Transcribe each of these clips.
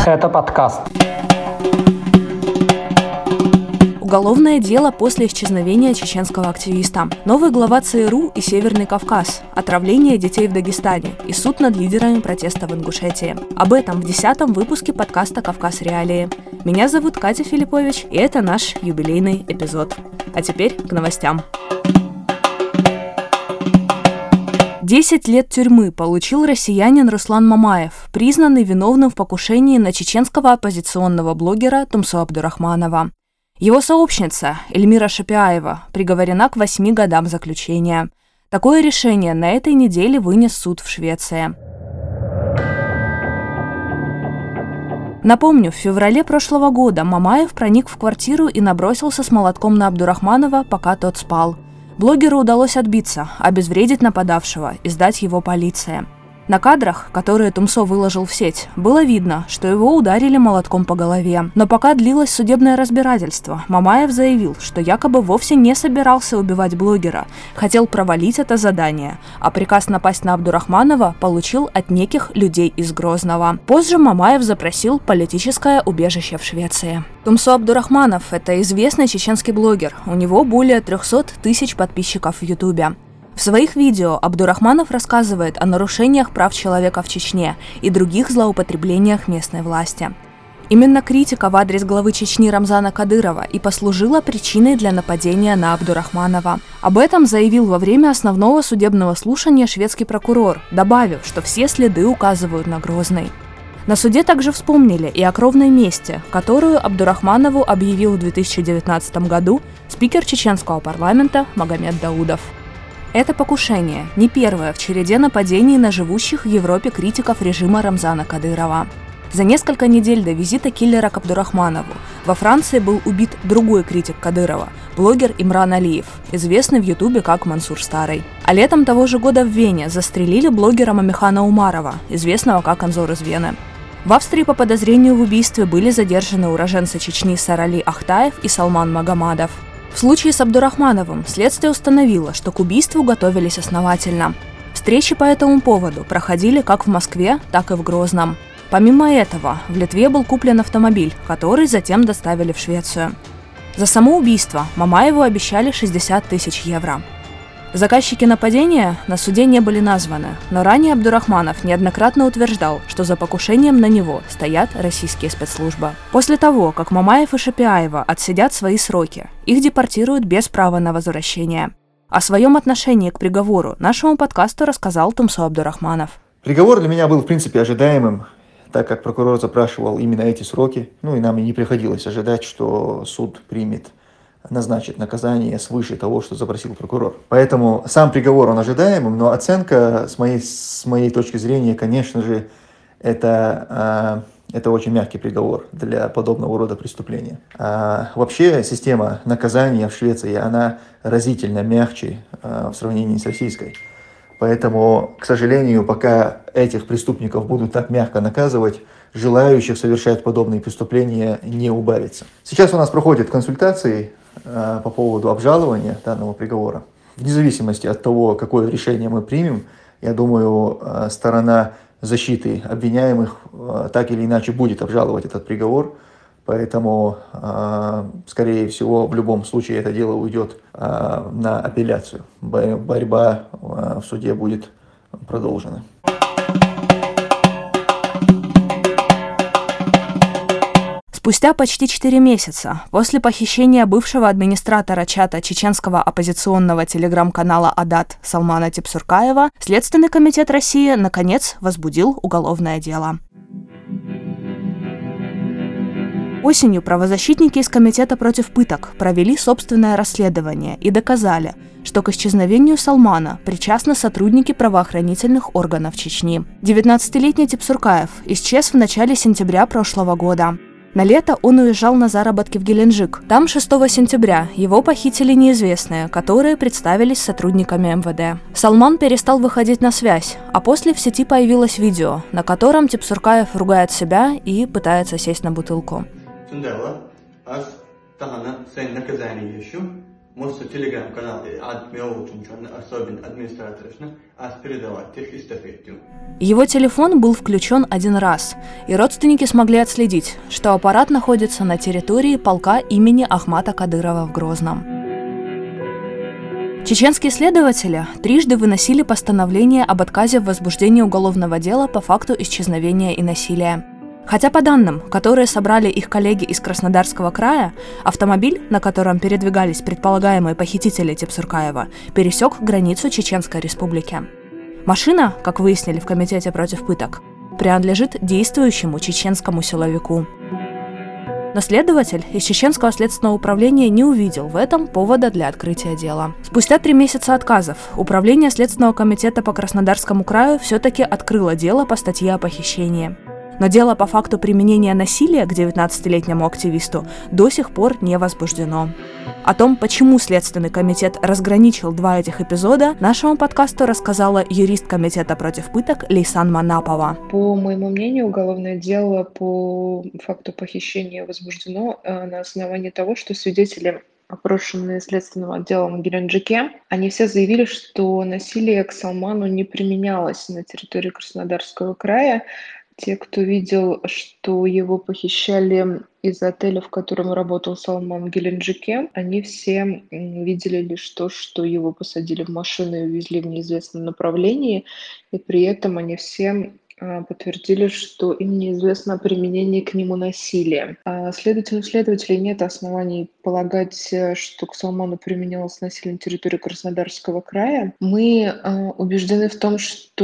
Это подкаст. Уголовное дело после исчезновения чеченского активиста. Новый глава ЦРУ и Северный Кавказ. Отравление детей в Дагестане. И суд над лидерами протеста в Ингушетии. Об этом в 10-м выпуске подкаста «Кавказ. Реалии». Меня зовут Катя Филиппович, и это наш юбилейный эпизод. А теперь к новостям. 10 лет тюрьмы получил россиянин Руслан Мамаев, признанный виновным в покушении на чеченского оппозиционного блогера Тумсо Абдурахманова. Его сообщница Эльмира Шапиаева приговорена к 8 годам заключения. Такое решение на этой неделе вынес суд в Швеции. Напомню, в феврале прошлого года Мамаев проник в квартиру и набросился с молотком на Абдурахманова, пока тот спал. Блогеру удалось отбиться, обезвредить нападавшего и сдать его полиции. На кадрах, которые Тумсо выложил в сеть, было видно, что его ударили молотком по голове. Но пока длилось судебное разбирательство, Мамаев заявил, что якобы вовсе не собирался убивать блогера, хотел провалить это задание, а приказ напасть на Абдурахманова получил от неких людей из Грозного. Позже Мамаев запросил политическое убежище в Швеции. Тумсо Абдурахманов – это известный чеченский блогер, у него более 300 тысяч подписчиков в Ютубе. В своих видео Абдурахманов рассказывает о нарушениях прав человека в Чечне и других злоупотреблениях местной власти. Именно критика в адрес главы Чечни Рамзана Кадырова и послужила причиной для нападения на Абдурахманова. Об этом заявил во время основного судебного слушания шведский прокурор, добавив, что все следы указывают на Грозный. На суде также вспомнили и о кровной мести, которую Абдурахманову объявил в 2019 году спикер чеченского парламента Магомед Даудов. Это покушение не первое в череде нападений на живущих в Европе критиков режима Рамзана Кадырова. За несколько недель до визита киллера к Абдурахманову во Франции был убит другой критик Кадырова, блогер Имран Алиев, известный в Ютубе как Мансур Старый. А летом того же года в Вене застрелили блогера Мамихана Умарова, известного как Анзор из Вены. В Австрии по подозрению в убийстве были задержаны уроженцы Чечни Сарали Ахтаев и Салман Магомадов. В случае с Абдурахмановым следствие установило, что к убийству готовились основательно. Встречи по этому поводу проходили как в Москве, так и в Грозном. Помимо этого, в Литве был куплен автомобиль, который затем доставили в Швецию. За само убийство Мамаеву обещали 60 тысяч евро. Заказчики нападения на суде не были названы, но ранее Абдурахманов неоднократно утверждал, что за покушением на него стоят российские спецслужбы. После того, как Мамаев и Шапиаева отсидят свои сроки, их депортируют без права на возвращение. О своем отношении к приговору нашему подкасту рассказал Тумсо Абдурахманов. Приговор для меня был, в принципе, ожидаемым, так как прокурор запрашивал именно эти сроки. И нам и не приходилось ожидать, что суд назначит наказание свыше того, что запросил прокурор. Поэтому сам приговор, он ожидаемым, но оценка, с моей точки зрения, конечно же, это очень мягкий приговор для подобного рода преступления. Вообще система наказания в Швеции, она разительно мягче в сравнении с российской. Поэтому, к сожалению, пока этих преступников будут так мягко наказывать, желающих совершать подобные преступления не убавится. Сейчас у нас проходят консультации по поводу обжалования данного приговора. Вне зависимости от того, какое решение мы примем, я думаю, сторона защиты обвиняемых так или иначе будет обжаловать этот приговор. Поэтому, скорее всего, в любом случае это дело уйдет на апелляцию. Борьба в суде будет продолжена. Спустя почти 4 месяца после похищения бывшего администратора чата чеченского оппозиционного телеграм-канала «Адат» Салмана Типсуркаева, Следственный комитет России, наконец, возбудил уголовное дело. Осенью правозащитники из Комитета против пыток провели собственное расследование и доказали, что к исчезновению Салмана причастны сотрудники правоохранительных органов Чечни. 19-летний Типсуркаев исчез в начале сентября прошлого года. На лето он уезжал на заработки в Геленджик. Там 6 сентября его похитили неизвестные, которые представились сотрудниками МВД. Салман перестал выходить на связь, а после в сети появилось видео, на котором Типсуркаев ругает себя и пытается сесть на бутылку. Может, телеграм-канал особенно администраторышны, а передавать их эстафету. Его телефон был включен один раз, и родственники смогли отследить, что аппарат находится на территории полка имени Ахмата Кадырова в Грозном. Чеченские следователи трижды выносили постановление об отказе в возбуждении уголовного дела по факту исчезновения и насилия. Хотя по данным, которые собрали их коллеги из Краснодарского края, автомобиль, на котором передвигались предполагаемые похитители Тепсуркаева, пересек границу Чеченской Республики. Машина, как выяснили в Комитете против пыток, принадлежит действующему чеченскому силовику. Но следователь из Чеченского следственного управления не увидел в этом повода для открытия дела. Спустя 3 месяца отказов Управление Следственного комитета по Краснодарскому краю все-таки открыло дело по статье о похищении. Но дело по факту применения насилия к 19-летнему активисту до сих пор не возбуждено. О том, почему Следственный комитет разграничил 2 этих эпизода, нашему подкасту рассказала юрист Комитета против пыток Лейсан Манапова. По моему мнению, уголовное дело по факту похищения возбуждено на основании того, что свидетели, опрошенные следственным отделом в Геленджике, они все заявили, что насилие к Салману не применялось на территории Краснодарского края. Те, кто видел, что его похищали из отеля, в котором работал Салман в Геленджике, они все видели лишь то, что его посадили в машину и увезли в неизвестном направлении, и при этом они все подтвердили, что им неизвестно о применении к нему насилия. Следовательно, у следователей нет оснований полагать, что к Салману применялось насилие на территории Краснодарского края. Мы убеждены в том,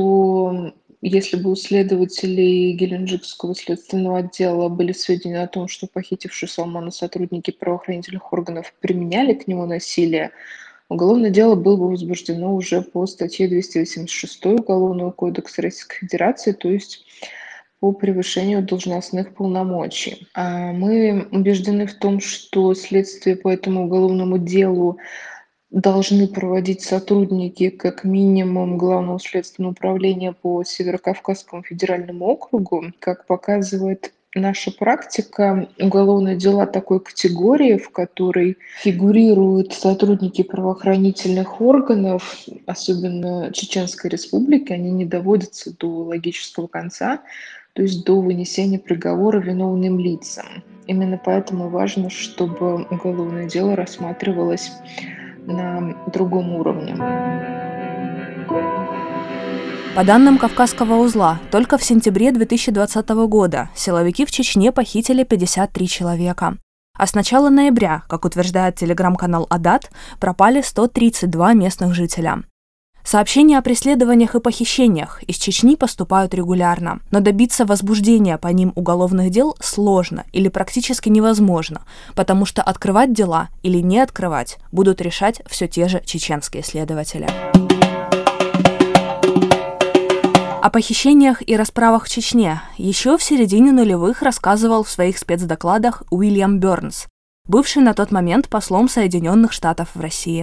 что если бы у следователей Геленджикского следственного отдела были сведения о том, что похитившие Салмана сотрудники правоохранительных органов применяли к нему насилие, уголовное дело было бы возбуждено уже по статье 286 Уголовного кодекса Российской Федерации, то есть по превышению должностных полномочий. Мы убеждены в том, что следствие по этому уголовному делу должны проводить сотрудники как минимум Главного следственного управления по Северокавказскому федеральному округу. Как показывает наша практика, уголовные дела такой категории, в которой фигурируют сотрудники правоохранительных органов, особенно Чеченской Республики, они не доводятся до логического конца, то есть до вынесения приговора виновным лицам. Именно поэтому важно, чтобы уголовное дело рассматривалось на другом уровне. По данным Кавказского узла, только в сентябре 2020 года силовики в Чечне похитили 53 человека. А с начала ноября, как утверждает телеграм-канал Адат, пропали 132 местных жителя. Сообщения о преследованиях и похищениях из Чечни поступают регулярно, но добиться возбуждения по ним уголовных дел сложно или практически невозможно, потому что открывать дела или не открывать будут решать все те же чеченские следователи. О похищениях и расправах в Чечне еще в середине нулевых рассказывал в своих спецдокладах Уильям Бёрнс, бывший на тот момент послом Соединенных Штатов в России.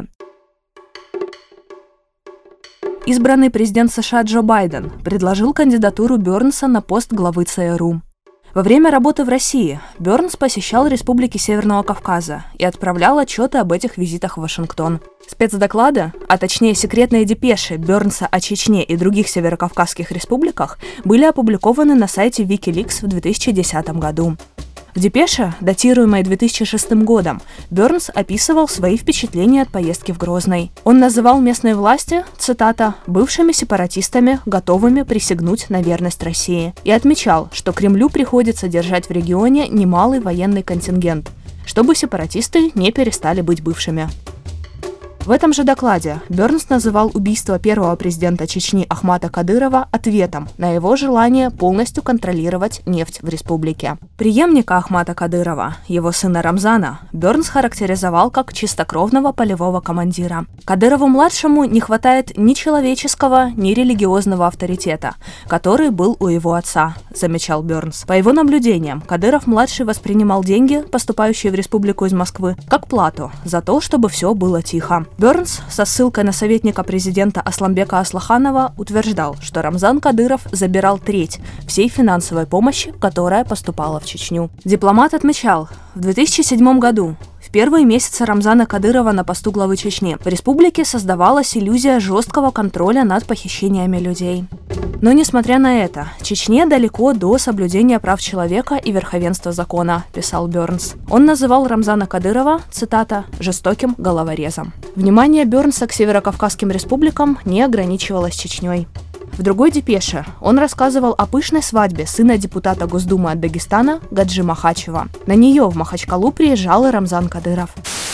Избранный президент США Джо Байден предложил кандидатуру Бёрнса на пост главы ЦРУ. Во время работы в России Бёрнс посещал республики Северного Кавказа и отправлял отчеты об этих визитах в Вашингтон. Спецдоклады, а точнее секретные депеши Бёрнса о Чечне и других северокавказских республиках, были опубликованы на сайте WikiLeaks в 2010 году. В депеше, датируемой 2006 годом, Бёрнс описывал свои впечатления от поездки в Грозный. Он называл местные власти, цитата, «бывшими сепаратистами, готовыми присягнуть на верность России», и отмечал, что Кремлю приходится держать в регионе немалый военный контингент, чтобы сепаратисты не перестали быть бывшими. В этом же докладе Бёрнс называл убийство первого президента Чечни Ахмата Кадырова ответом на его желание полностью контролировать нефть в республике. Преемника Ахмата Кадырова, его сына Рамзана, Бёрнс характеризовал как чистокровного полевого командира. Кадырову-младшему не хватает ни человеческого, ни религиозного авторитета, который был у его отца, замечал Бёрнс. По его наблюдениям, Кадыров-младший воспринимал деньги, поступающие в республику из Москвы, как плату за то, чтобы все было тихо. Бёрнс со ссылкой на советника президента Асламбека Аслаханова утверждал, что Рамзан Кадыров забирал треть всей финансовой помощи, которая поступала в Чечню. Дипломат отмечал, в 2007 году В первые месяцы Рамзана Кадырова на посту главы Чечни в республике создавалась иллюзия жесткого контроля над похищениями людей. Но несмотря на это, Чечне далеко до соблюдения прав человека и верховенства закона, писал Бернс. Он называл Рамзана Кадырова, цитата, «жестоким головорезом». Внимание Бернса к северокавказским республикам не ограничивалось Чечней. В другой депеше он рассказывал о пышной свадьбе сына депутата Госдумы от Дагестана Гаджи Махачева. На нее в Махачкалу приезжал и Рамзан Кадыров.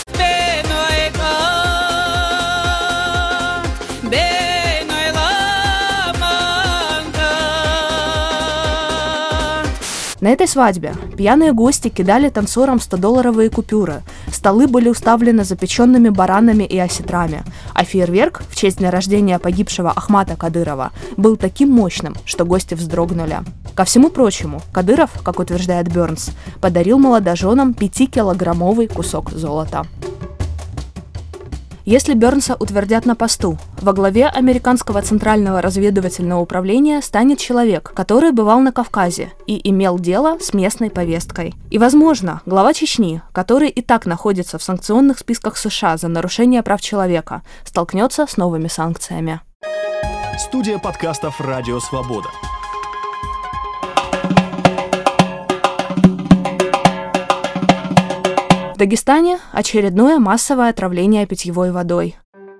На этой свадьбе пьяные гости кидали танцорам 100-долларовые купюры, столы были уставлены запеченными баранами и осетрами, а фейерверк в честь дня рождения погибшего Ахмата Кадырова был таким мощным, что гости вздрогнули. Ко всему прочему, Кадыров, как утверждает Бернс, подарил молодоженам 5-килограммовый кусок золота. Если Бернса утвердят на посту, во главе Американского центрального разведывательного управления станет человек, который бывал на Кавказе и имел дело с местной повесткой. И, возможно, глава Чечни, который и так находится в санкционных списках США за нарушение прав человека, столкнется с новыми санкциями. Студия подкастов «Радио Свобода». В Дагестане очередное массовое отравление питьевой водой.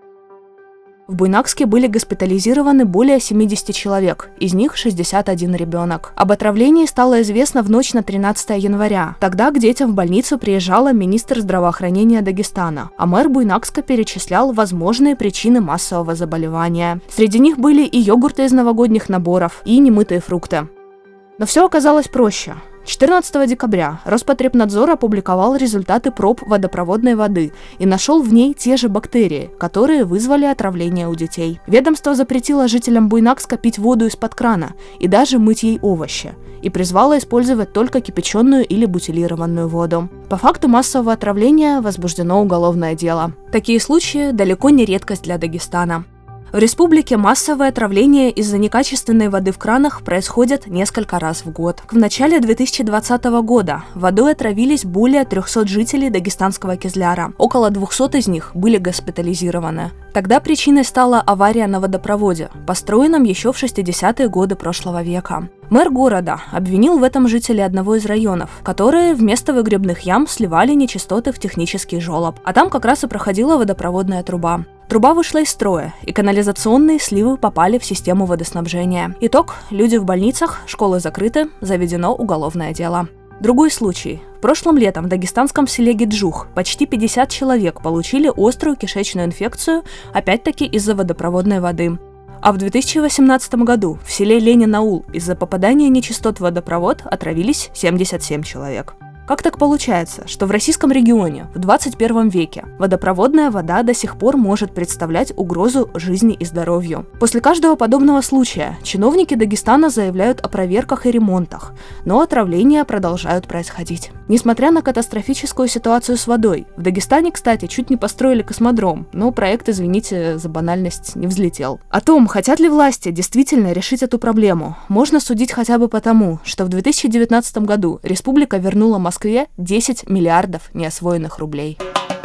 В Буйнакске были госпитализированы более 70 человек, из них 61 ребенок. Об отравлении стало известно в ночь на 13 января. Тогда к детям в больницу приезжала министр здравоохранения Дагестана, а мэр Буйнакска перечислял возможные причины массового заболевания. Среди них были и йогурты из новогодних наборов, и немытые фрукты. Но все оказалось проще. 14 декабря Роспотребнадзор опубликовал результаты проб водопроводной воды и нашел в ней те же бактерии, которые вызвали отравление у детей. Ведомство запретило жителям Буйнакска пить воду из-под крана и даже мыть ей овощи, и призвало использовать только кипяченую или бутилированную воду. По факту массового отравления возбуждено уголовное дело. Такие случаи далеко не редкость для Дагестана. В республике массовое отравление из-за некачественной воды в кранах происходит несколько раз в год. В начале 2020 года водой отравились более 300 жителей дагестанского Кизляра. Около 200 из них были госпитализированы. Тогда причиной стала авария на водопроводе, построенном еще в 60-е годы прошлого века. Мэр города обвинил в этом жителей одного из районов, которые вместо выгребных ям сливали нечистоты в технический желоб. А там как раз и проходила водопроводная труба. Труба вышла из строя, и канализационные сливы попали в систему водоснабжения. Итог – люди в больницах, школы закрыты, заведено уголовное дело. Другой случай. Прошлым летом в дагестанском селе Гиджух почти 50 человек получили острую кишечную инфекцию, опять-таки из-за водопроводной воды. А в 2018 году в селе Ленин-Аул из-за попадания нечистот в водопровод отравились 77 человек. Как так получается, что в российском регионе в 21 веке водопроводная вода до сих пор может представлять угрозу жизни и здоровью? После каждого подобного случая чиновники Дагестана заявляют о проверках и ремонтах, но отравления продолжают происходить. Несмотря на катастрофическую ситуацию с водой, в Дагестане, кстати, чуть не построили космодром, но проект, извините за банальность, не взлетел. О том, хотят ли власти действительно решить эту проблему, можно судить хотя бы потому, что в 2019 году республика вернула Москве 10 миллиардов неосвоенных рублей.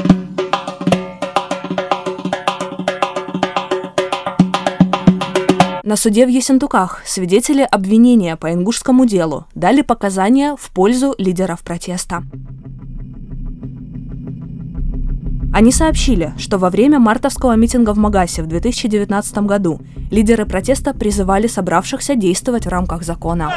На суде в Ессентуках свидетели обвинения по ингушскому делу дали показания в пользу лидеров протеста. Они сообщили, что во время мартовского митинга в Магасе в 2019 году лидеры протеста призывали собравшихся действовать в рамках закона.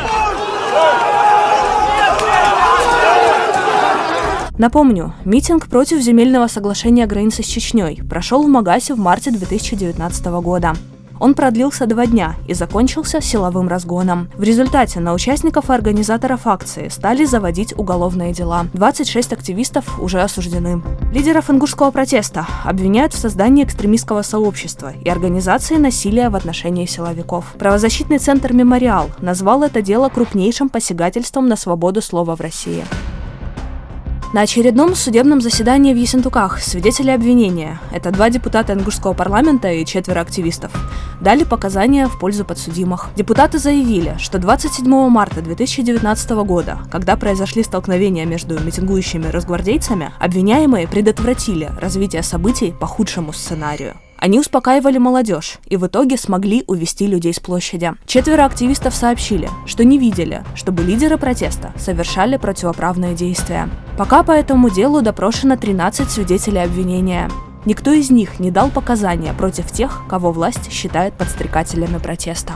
Напомню, митинг против земельного соглашения границы с Чечней прошел в Магасе в марте 2019 года. Он продлился 2 дня и закончился силовым разгоном. В результате на участников и организаторов акции стали заводить уголовные дела. 26 активистов уже осуждены. Лидеров ингушского протеста обвиняют в создании экстремистского сообщества и организации насилия в отношении силовиков. Правозащитный центр «Мемориал» назвал это дело крупнейшим посягательством на свободу слова в России. На очередном судебном заседании в Ессентуках свидетели обвинения, это 2 депутата Ингушского парламента и 4 активистов, дали показания в пользу подсудимых. Депутаты заявили, что 27 марта 2019 года, когда произошли столкновения между митингующими росгвардейцами, обвиняемые предотвратили развитие событий по худшему сценарию. Они успокаивали молодежь и в итоге смогли увести людей с площади. 4 активистов сообщили, что не видели, чтобы лидеры протеста совершали противоправные действия. Пока по этому делу допрошено 13 свидетелей обвинения. Никто из них не дал показания против тех, кого власть считает подстрекателями протеста.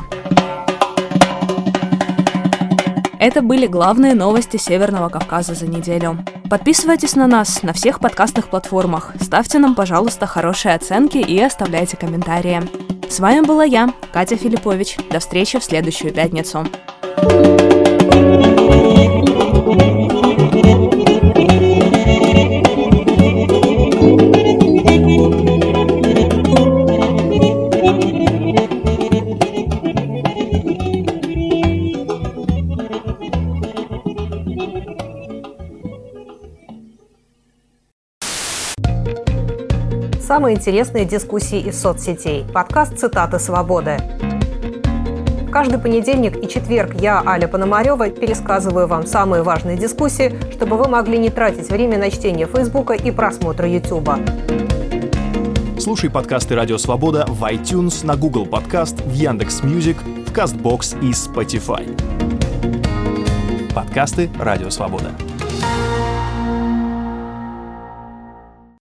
Это были главные новости Северного Кавказа за неделю. Подписывайтесь на нас на всех подкастных платформах, ставьте нам, пожалуйста, хорошие оценки и оставляйте комментарии. С вами была я, Катя Филиппович. До встречи в следующую пятницу. Самые интересные дискуссии из соцсетей. Подкаст «Цитаты свободы». Каждый понедельник и четверг я, Аля Пономарева, пересказываю вам самые важные дискуссии, чтобы вы могли не тратить время на чтение Фейсбука и просмотра Ютуба. Слушай подкасты «Радио Свобода» в iTunes, на Google Подкаст, в Яндекс.Мьюзик, в Castbox и Spotify. Подкасты «Радио Свобода».